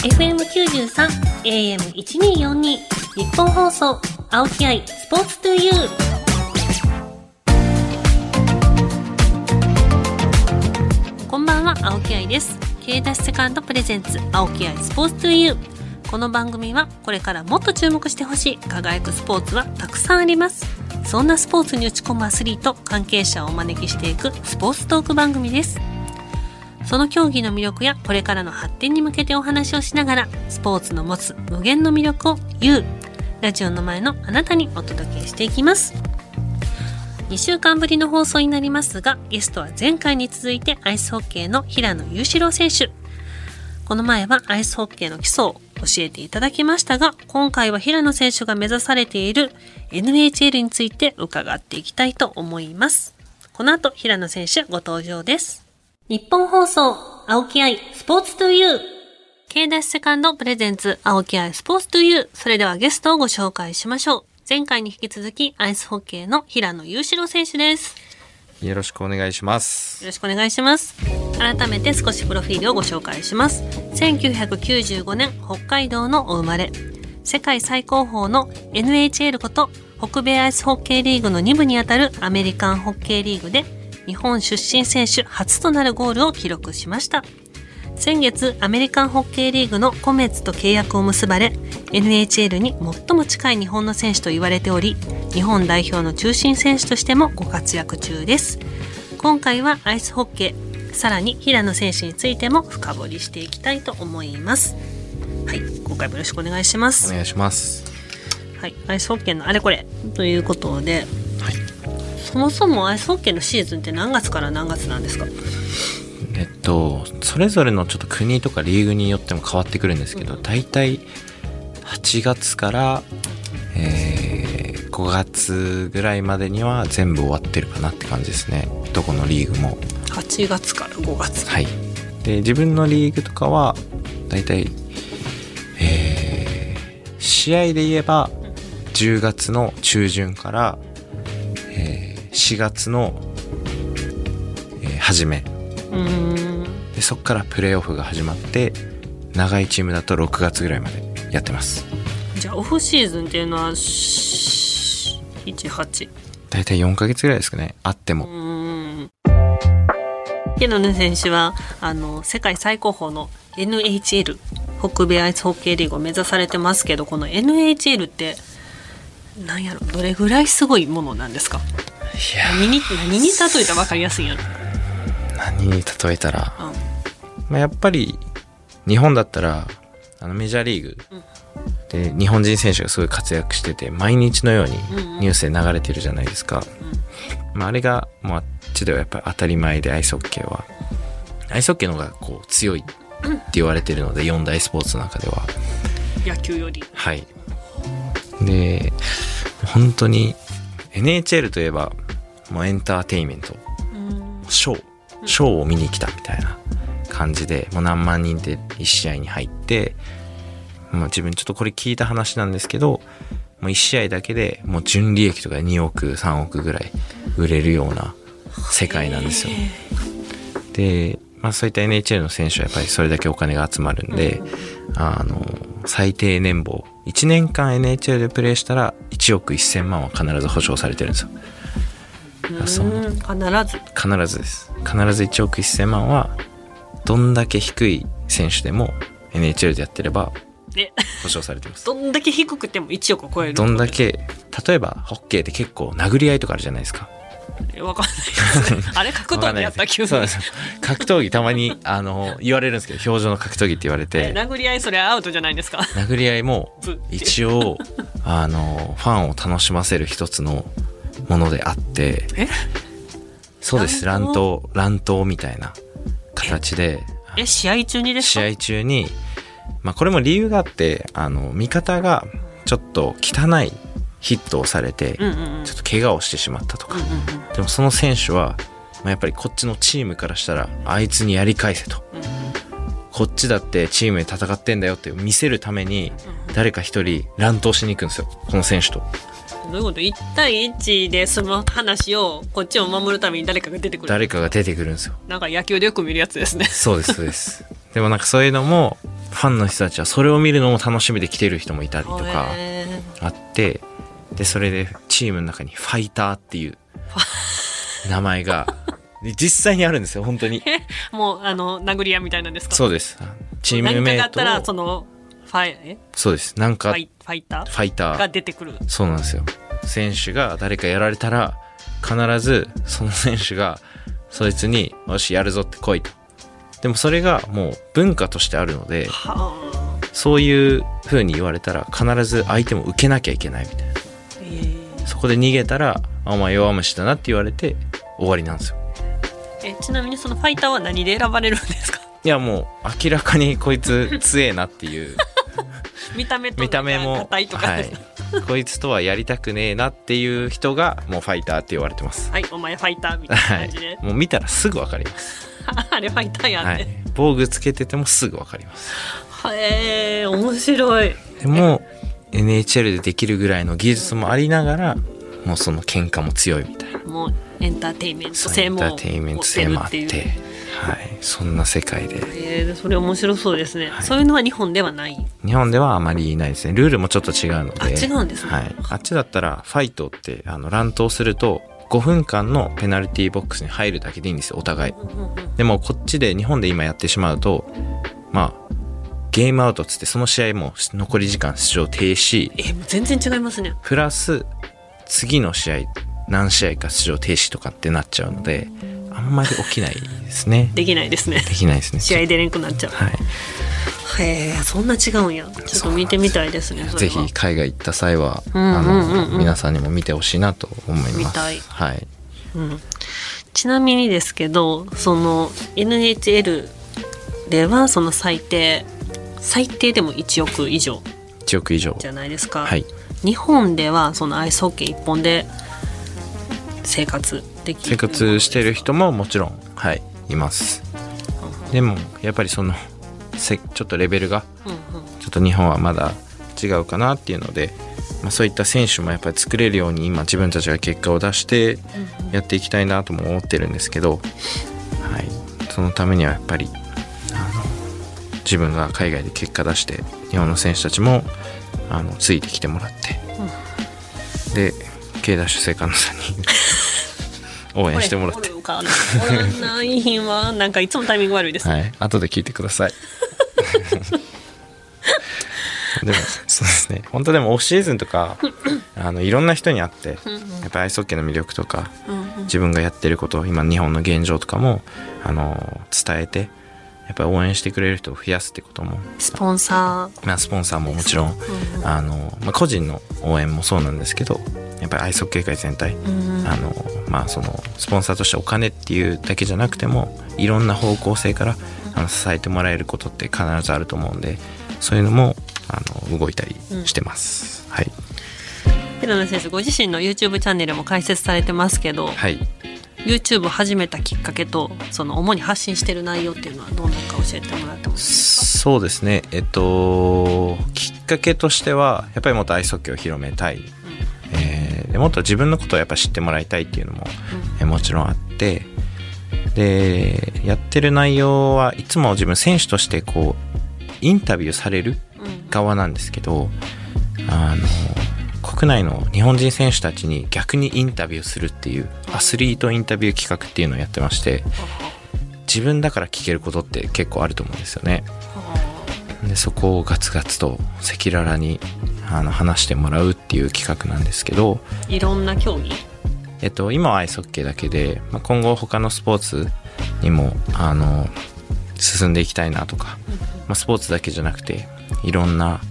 FM93 AM1242 日本放送青木愛スポーツトゥユー。こんばんは、青木愛です。 K ダッシュセカンドプレゼンツ青木愛スポーツトゥユー。この番組はこれからもっと注目してほしい輝くスポーツはたくさんあります。そんなスポーツに打ち込むアスリート関係者をお招きしていくスポーツトーク番組です。その競技の魅力やこれからの発展に向けてお話をしながら、スポーツの持つ無限の魅力をラジオの前のあなたにお届けしていきます。2週間ぶりの放送になりますが、ゲストは前回に続いてアイスホッケーの平野裕次郎選手。この前はアイスホッケーの基礎を教えていただきましたが、今回は平野選手が目指されている NHL について伺っていきたいと思います。この後平野選手ご登場です。日本放送青木愛スポーツトゥユー K ダッシュセカンドプレゼンツ青木愛スポーツトゥユー。それではゲストをご紹介しましょう。前回に引き続きアイスホッケーの平野裕次郎選手です。 よろしくお願いします。 よろしくお願いします。改めて少しプロフィールをご紹介します。1995年北海道のお生まれ、世界最高峰の NHL こと北米アイスホッケーリーグの2部にあたるアメリカンホッケーリーグで日本出身選手初となるゴールを記録しました。先月アメリカンホッケーリーグのコメッツと契約を結ばれ、 NHL に最も近い日本の選手と言われており、日本代表の中心選手としてもご活躍中です。今回はアイスホッケー、さらに平野選手についても深掘りしていきたいと思います。はい、今回もよろしくお願いします。 お願いします。 はい、アイスホッケーのあれこれということで、 はい、 そもそもアイスホッケーのシーズンって何月から何月なんですか？ それぞれのちょっと国とかリーグによっても変わってくるんですけど、だいたい8月から、5月ぐらいまでには全部終わってるかなって感じですね。どこのリーグも 8月から5月。 はい。で、自分のリーグとかはだいたい、試合で言えば10月の中旬から、4月の、初めで、そこからプレーオフが始まって、長いチームだと6月ぐらいまでやってます。 じゃあオフシーズンっていうのは7、8 だいたい4ヶ月ぐらいですかね、あっても。 平野選手は世界最高峰の NHL 北米アイスホッケーリーグを目指されてますけど、この NHL って何やろ、どれぐらいすごいものなんですか？ いや、 何に例えたら分かりやすいんやろ。 何に例えたら、やっぱり日本だったらメジャーリーグで日本人選手がすごい活躍してて、毎日のようにニュースで流れてるじゃないですか。あれがもうあっちではやっぱり当たり前で、アイスホッケーの方がこう強いって言われてるので、4大スポーツの中では野球より。 はい。で、本当に NHL といえばもうエンターテインメント、ショーを見に来たみたいな感じで、もう何万人で1試合に入って、自分ちょっとこれ聞いた話なんですけど、もう1試合だけでもう純利益とか2億3億ぐらい売れるような世界なんですよ。で、そういった NHL の選手はやっぱりそれだけお金が集まるんで、最低年俸1年間 NHL でプレーしたら1億1000万は必ず保証されてるんですよ。 必ずです。必ず1億1000万はどんだけ低い選手でも NHL でやってれば保証されてます。 どんだけ低くても1億を超える。 どんだけ、例えばホッケーって結構殴り合いとかあるじゃないですか。 わかんないです。あれ格闘技やった急に。 そうです。格闘技たまに言われるんですけど、表情の格闘技って言われて、 殴り合いそれアウトじゃないですか。 殴り合いも一応ファンを楽しませる一つのものであって、そうです。乱闘みたいな形で、 試合中にですか？ 試合中に、これも理由があって、味方がちょっと汚いヒットをされて、ちょっと怪我をしてしまったとか、でもその選手は、やっぱりこっちのチームからしたらあいつにやり返せと、こっちだってチームで戦ってんだよって見せるために誰か一人乱闘しに行くんですよ、この選手と。 どういうこと？1対1でその話をこっちを守るために誰かが出てくる。 誰かが出てくるんですよ。 なんか野球でよく見るやつですね。 そうですそうです。でもなんかそういうのもファンの人たちはそれを見るのも楽しみで来てる人もいたりとかあって、でそれでチームの中にファイターっていう名前が実際にあるんですよ、本当に。 もう殴り屋みたいなんですか？ そうです。チームメイト何かがあったらそのそうです。なんかファイターが出てくる。 そうなんですよ。選手が誰かやられたら必ずその選手がそいつによしやるぞって来いと。でもそれがもう文化としてあるので、そういう風に言われたら必ず相手も受けなきゃいけないみたいな。そこで逃げたらお前弱虫だなって言われて終わりなんですよ。 ちなみにそのファイターは何で選ばれるんですか？ いやもう明らかにこいつ強えなっていう見た目も硬いとか、はい、 こいつとはやりたくねえなっていう人がもうファイターって言われてます。 はい、お前ファイターみたいな感じで、はい、 もう見たらすぐ分かりますあれファイターやんね、はい、 防具つけててもすぐ分かります。 面白い。 でも NHL でできるぐらいの技術もありながらもうその喧嘩も強いみたいな、 もうエンターテインメント性もあって、はい、そんな世界で、 それ面白そうですね、はい、そういうのは日本ではない？ 日本ではあまりないですね。ルールもちょっと違うので。 違うんですね、 はい、あっちだったらファイトって乱闘すると5分間のペナルティーボックスに入るだけでいいんですよ、お互い。でもこっちで日本で今やってしまうとゲームアウトっつってその試合も残り時間出場停止、 全然違いますね。 プラス次の試合何試合か出場停止とかってなっちゃうのであんまり起きないですね。 できないですね。 できないですね。 試合出れんくなっちゃう。 はい。 そんな違うんや。ちょっと見てみたいですね。 ぜひ海外行った際は、皆さんにも見てほしいなと思います。 見たい。 はい。 ちなみにですけど、その NHL ではその最低でも1億以上。 1億以上じゃないですか。 はい。 日本ではそのアイスホッケー一本で生活してる人ももちろん、はい、います。でもやっぱりそのちょっとレベルがちょっと日本はまだ違うかなっていうので、そういった選手もやっぱり作れるように今自分たちが結果を出してやっていきたいなとも思ってるんですけど、はい、そのためにはやっぱり自分が海外で結果出して日本の選手たちもついてきてもらって、で K ダッシュセカンドさんに応援してもらってないわ、なんかいつもタイミング悪いですね。 はい、後で聞いてくださいでもそうですね、本当でもオフシーズンとかいろんな人に会ってやっぱりアイスホッケーの魅力とか、自分がやってること今日本の現状とかも伝えてやっぱり応援してくれる人を増やすってことも、 スポンサーももちろん、個人の応援もそうなんですけど、やっぱりアイスホッケー界全体、そのスポンサーとしてお金っていうだけじゃなくてもいろんな方向性から支えてもらえることって必ずあると思うんで、そういうのも動いたりしてます、はい。 平野選手ご自身の YouTube チャンネルも開設されてますけど、 はい、 YouTube を始めたきっかけとその主に発信してる内容っていうのはどんなか教えてもらってもいいですか？ そうですね、きっかけとしてはやっぱりもっとアイスホッケーを広めたい、でもっと自分のことをやっぱ知ってもらいたいっていうのも、もちろんあって、でやってる内容はいつも自分選手としてこうインタビューされる側なんですけど、国内の日本人選手たちに逆にインタビューするっていうアスリートインタビュー企画っていうのをやってまして、自分だから聞けることって結構あると思うんですよね。でそこをガツガツと赤裸々に話してもらうっていう企画なんですけど、 いろんな競技、 今はアイスホッケーだけで、今後他のスポーツにも進んでいきたいなとか、スポーツだけじゃなくていろんな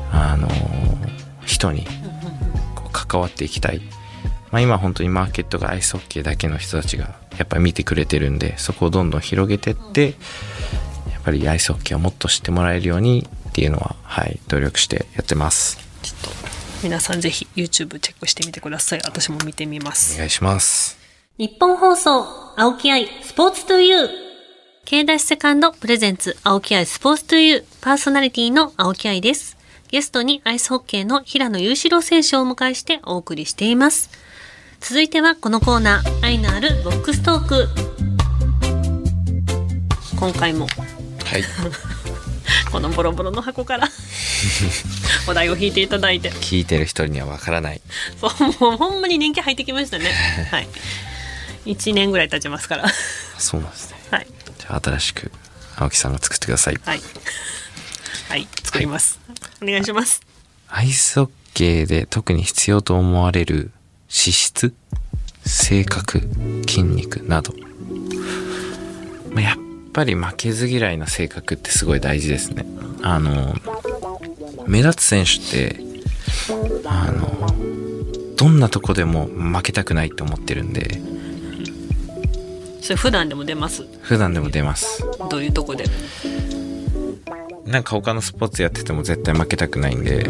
人にこう関わっていきたい。今本当にマーケットがアイスホッケーだけの人たちがやっぱり見てくれてるんで、そこをどんどん広げてって、やっぱりアイスホッケーをもっと知ってもらえるようにっていうのは、はい、努力してやってます。 ちょっと皆さんぜひ YouTube チェックしてみてください。私も見てみます。 お願いします。 日本放送青木愛スポーツトゥーユー、 K ダッシュセカンドプレゼンツ青木愛スポーツトゥーユー、パーソナリティの青木愛です。ゲストにアイスホッケーの平野裕次郎選手をお迎えしてお送りしています。続いてはこのコーナー、愛のあるボックストーク。今回もはいこのボロボロの箱からお題を引いていただいて、 聞いてる人にはわからない。 そうもうほんまに年季入ってきましたねはい1年ぐらい経ちますからそうなんですね。 はい、 じゃあ新しく青木さんが作ってください。 はい、はい、作ります、お願いします。 アイスホッケーで特に必要と思われる資質、性格、筋肉など、やっぱり負けず嫌いな性格ってすごい大事ですね。目立つ選手ってどんなとこでも負けたくないって思ってるんで。 それ普段でも出ます？ 普段でも出ます。 どういうとこで？ なんか他のスポーツやってても絶対負けたくないんで、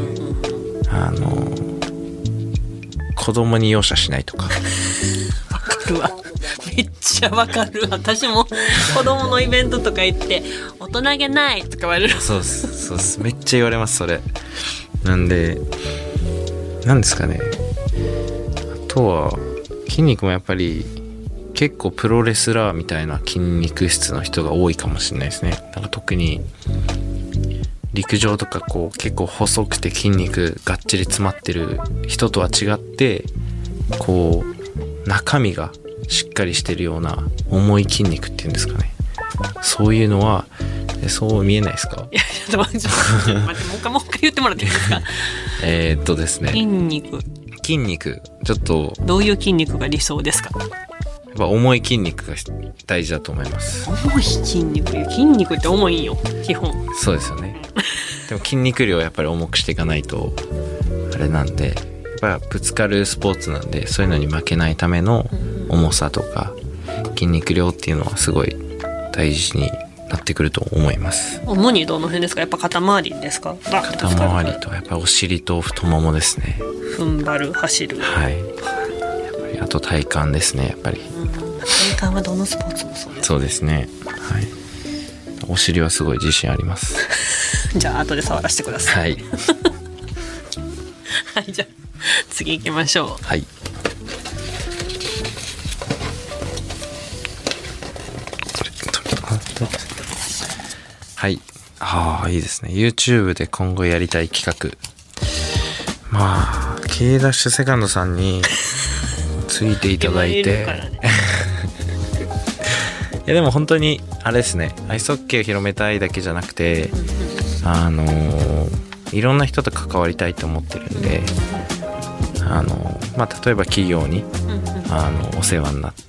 子供に容赦しないとか。 わかるわ、めっちゃわかる。私も子供のイベントとか行って大人げないとか言われる。 そうですめっちゃ言われますそれ。なんでなんですかね、あとは筋肉もやっぱり結構プロレスラーみたいな筋肉質の人が多いかもしれないですね。なんか特に陸上とかこう結構細くて筋肉がっちり詰まってる人とは違って、こう中身がしっかりしてるような重い筋肉っていうんですかね、そういうのはそう見えないですか？ いやちょっと待ってもう一回言ってもらっていいですか？ ですね、筋肉ちょっとどういう筋肉が理想ですか？ やっぱ重い筋肉が大事だと思います。 重い筋肉って重いんよ基本。 そうですよねでも筋肉量をやっぱり重くしていかないとあれなんで、やっぱぶつかるスポーツなんで、そういうのに負けないための重さとか筋肉量っていうのはすごい大事になってくると思います。 主にどの辺ですか？やっぱ肩周りですか？ 肩周りとやっぱりお尻と太ももですね。 踏ん張る、走る、 はい、やっぱりあと体幹ですね。やっぱり体幹はどのスポーツもそうですね。 そうですね、はい、お尻はすごい自信ありますじゃあ後で触らせてください。 はいはい、じゃあ次行きましょう。 はい、はい、いいですね。 YouTube で今後やりたい企画、K ダッシュセカンドさんについていただいて、いやでも本当にあれですね、アイスホッケーを広めたいだけじゃなくて、いろんな人と関わりたいと思ってるんで、例えば企業にお世話になって、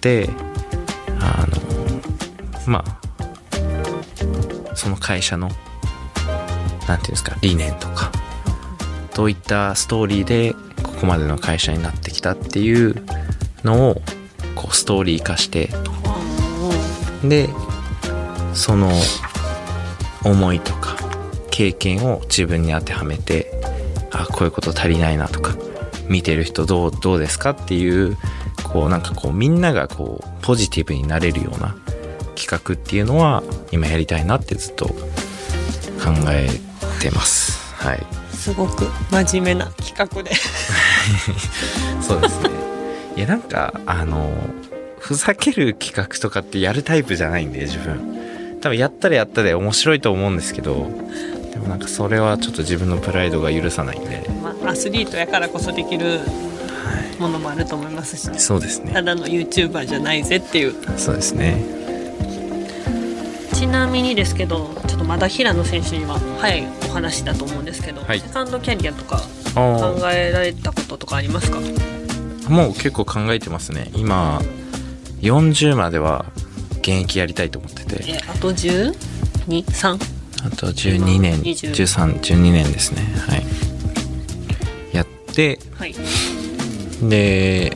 その会社のなんていうんですか、理念とかどういったストーリーでここまでの会社になってきたっていうのをこうストーリー化して、でその思いとか経験を自分に当てはめて、こういうこと足りないなとか、見てる人どうですかっていう、こうなんかこうみんながこうポジティブになれるような企画っていうのは今やりたいなってずっと考えてます。はい。 すごく真面目な企画でそうですね。いやなんかふざける企画とかってやるタイプじゃないんで、自分多分やったらやったで面白いと思うんですけど、でもなんかそれはちょっと自分のプライドが許さないんで、 アスリートやからこそできるものもあると思いますし、 そうですね、 ただの YouTuber じゃないぜっていう。 そうですね。 ちなみにですけど、ちょっとまだ平野選手には早いお話だと思うんですけど、 はい、 セカンドキャリアとか考えられたこととかありますか？ もう結構考えてますね。今40までは現役やりたいと思ってて、 あと12、3？ あと12年、13、12年ですね。はい。やって、 はい、 で、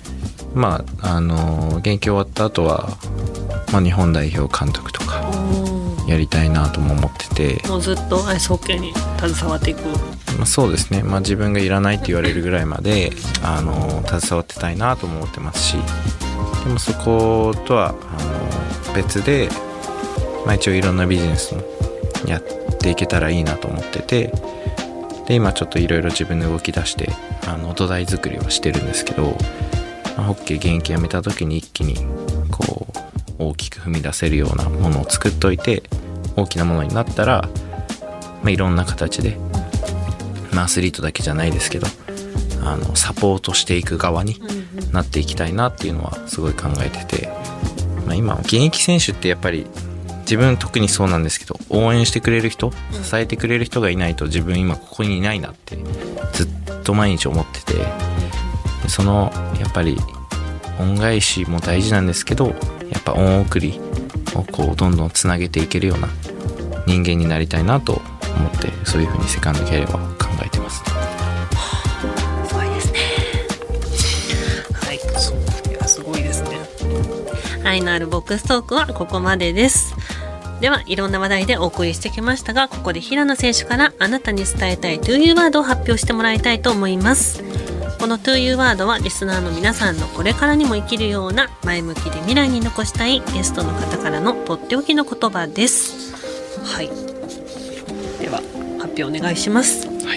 現役終わった後は、日本代表監督とかやりたいなとも思ってて、 もうずっとアイスホッケーに携わっていく。 そうですね。自分がいらないって言われるぐらいまで携わってたいなとも思ってますし、でもそことは別で、一応いろんなビジネスもやっていけたらいいなと思ってて、で今ちょっといろいろ自分で動き出して土台作りはしてるんですけど、ホッケー現役やめた時に一気にこう大きく踏み出せるようなものを作っといて、大きなものになったらいろんな形で、アスリートだけじゃないですけどサポートしていく側になっていきたいなっていうのはすごい考えてて、今現役選手ってやっぱり自分特にそうなんですけど、応援してくれる人、支えてくれる人がいないと自分今ここにいないなってずっと毎日思ってて、そのやっぱり恩返しも大事なんですけど、やっぱ恩送りをこうどんどんつなげていけるような人間になりたいなと思って、そういう風にセカンドキャリアは考えてます。 すごいですね。はい、すごいですね。愛のあるボックストークはここまでです。ではいろんな話題でお送りしてきましたが、ここで平野選手からあなたに伝えたい ToYou ワードを発表してもらいたいと思います。この ToYou ワードはリスナーの皆さんのこれからにも生きるような前向きで未来に残したいゲストの方からのとっておきの言葉です。はい、では発表お願いします。 はい、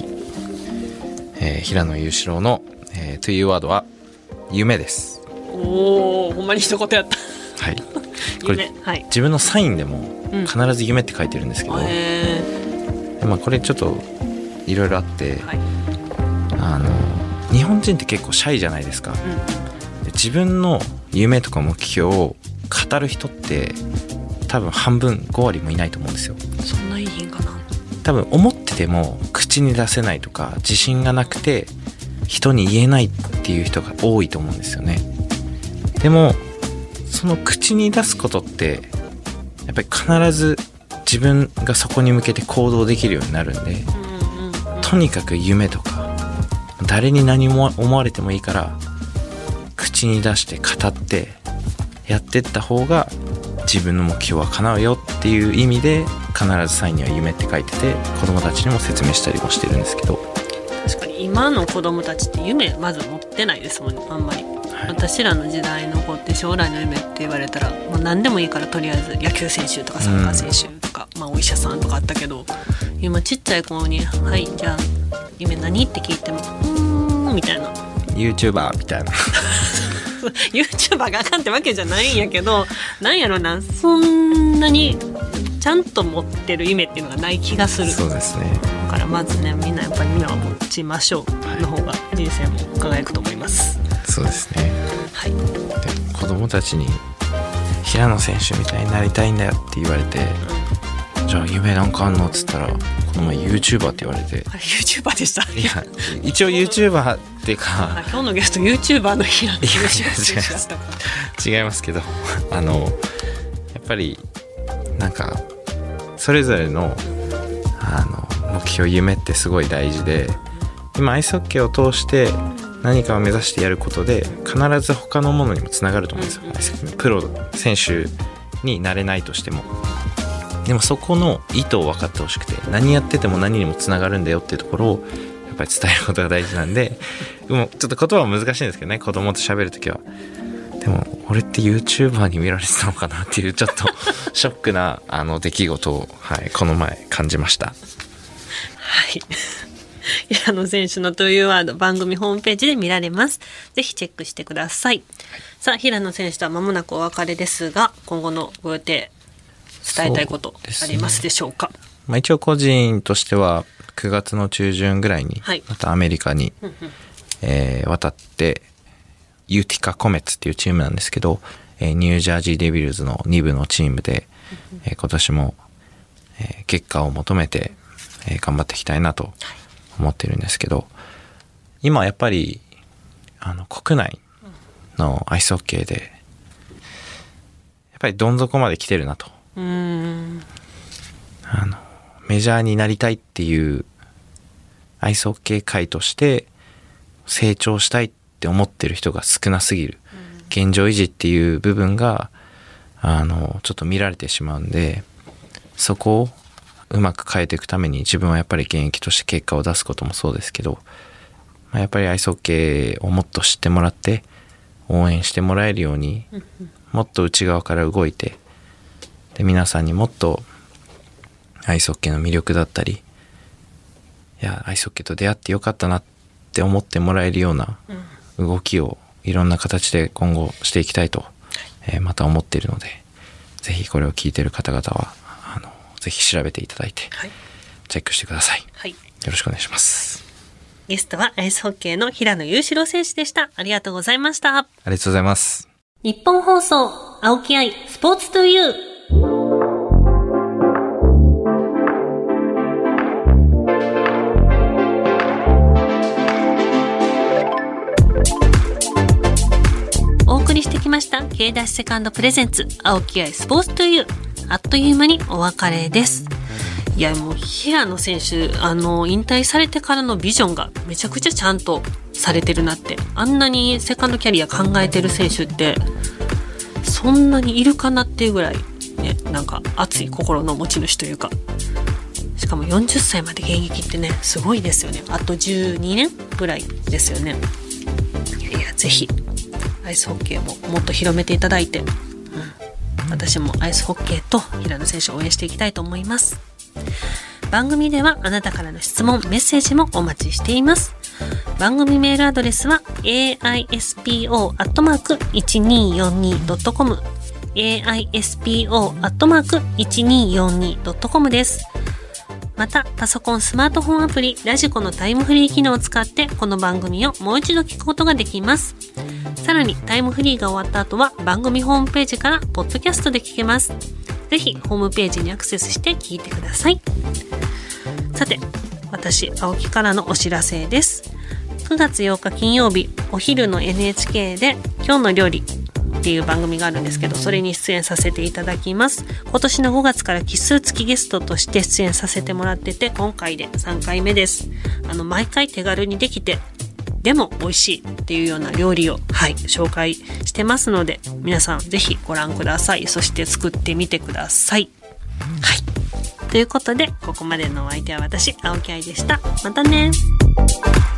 平野裕志郎の、ToYou ワードは夢です。 おー、ほんまに一言やった。 はい、これ、はい、自分のサインでも必ず夢って書いてるんですけど、これちょっといろいろあって、はい、日本人って結構シャイじゃないですか、自分の夢とか目標を語る人って多分半分5割もいないと思うんですよ。 そんないいんかな。 多分思ってても口に出せないとか自信がなくて人に言えないっていう人が多いと思うんですよね。でもその口に出すことってやっぱり必ず自分がそこに向けて行動できるようになるんで、とにかく夢とか誰に何も思われてもいいから口に出して語ってやってった方が自分の目標は叶うよっていう意味で、必ずサインには夢って書いてて子供たちにも説明したりもしてるんですけど、 確かに今の子供たちって夢まず持ってないですもんね、あんまり。私らの時代の子って将来の夢って言われたらもう何でもいいからとりあえず野球選手とかサッカー選手とか、お医者さんとかあったけど、今ちっちゃい子にはいじゃあ夢何って聞いてもみたいな YouTuber みたいな YouTuber があかんってわけじゃないんやけど、なんやろな、そんなにちゃんと持ってる夢っていうのがない気がする。 そうですね。 だからまずね、みんなやっぱり夢は持ちましょうの方が人生も輝くと思います。 そうですね。 はい。 で子供たちに平野選手みたいになりたいんだよって言われて、じゃあ夢なんかあんのっつったら、この前 YouTuber って言われて、 YouTuber でした。 いや一応 YouTuber っていうか今日のゲスト YouTuber の平野選手違いますけど、やっぱりなんかそれぞれの目標夢ってすごい大事で、今アイスホッケーを通して何かを目指してやることで必ず他のものにもつながると思うんですよ。プロ選手になれないとしても、でもそこの意図を分かってほしくて、何やってても何にもつながるんだよっていうところをやっぱり伝えることが大事なんで、もうちょっと言葉は難しいんですけどね、子供と喋るときは。でも俺って YouTuber に見られてたのかなっていうちょっとショックな出来事を、この前感じました。 はい平野選手のToYouワード、番組ホームページで見られます。ぜひチェックしてください。さあ平野選手とは間もなくお別れですが、今後のご予定伝えたいことありますでしょうか。 一応個人としては9月の中旬ぐらいにまたアメリカに、渡ってユーティカコメッツっていうチームなんですけど、ニュージャージーデビルズの2部のチームで、今年も、結果を求めて、頑張っていきたいなと思ってるんですけど、今やっぱり国内のアイスホッケーでやっぱりどん底まで来てるなと。メジャーになりたいっていうアイスホッケー界として成長したいって思ってる人が少なすぎる、現状維持っていう部分がちょっと見られてしまうんで、そこをうまく変えていくために自分はやっぱり現役として結果を出すこともそうですけど、やっぱりアイスホッケーをもっと知ってもらって応援してもらえるように、もっと内側から動いて、で皆さんにもっとアイスホッケーの魅力だったり、いやアイスホッケーと出会ってよかったなって思ってもらえるような動きをいろんな形で今後していきたいと、また思っているので、ぜひこれを聞いている方々はぜひ調べていただいて、 チェックしてください。 はい。 よろしくお願いします。 ゲストはアイスホッケーの平野裕次郎選手でした。ありがとうございました。 ありがとうございます。 日本放送、青木愛、スポーツトゥーユー。お送りしてきました K ダッシュセカンドプレゼンツ青木愛スポーツトゥーユー。あっという間にお別れです。いやもう平野選手引退されてからのビジョンがめちゃくちゃちゃんとされてるなって、あんなにセカンドキャリア考えてる選手ってそんなにいるかなっていうぐらいね、なんか熱い心の持ち主というか、しかも40歳まで現役ってねすごいですよね。あと12年ぐらいですよね。いやぜひアイスホッケーももっと広めていただいて、私もアイスホッケーと平野選手を応援していきたいと思います。番組ではあなたからの質問メッセージもお待ちしています。番組メールアドレスは aispo@1242.com aispo@1242.com です。またパソコンスマートフォンアプリラジコのタイムフリー機能を使ってこの番組をもう一度聞くことができます。さらにタイムフリーが終わった後は番組ホームページからポッドキャストで聞けます。ぜひホームページにアクセスして聞いてください。さて私青木からのお知らせです。9月8日金曜日お昼の NHK で今日の料理っていう番組があるんですけど、それに出演させていただきます。今年の5月から奇数付きゲストとして出演させてもらってて、今回で3回目です。毎回手軽にできてでも美味しいっていうような料理を紹介してますので、皆さんぜひご覧ください。そして作ってみてください。ということでここまでのお相手は私青木愛でした。またね。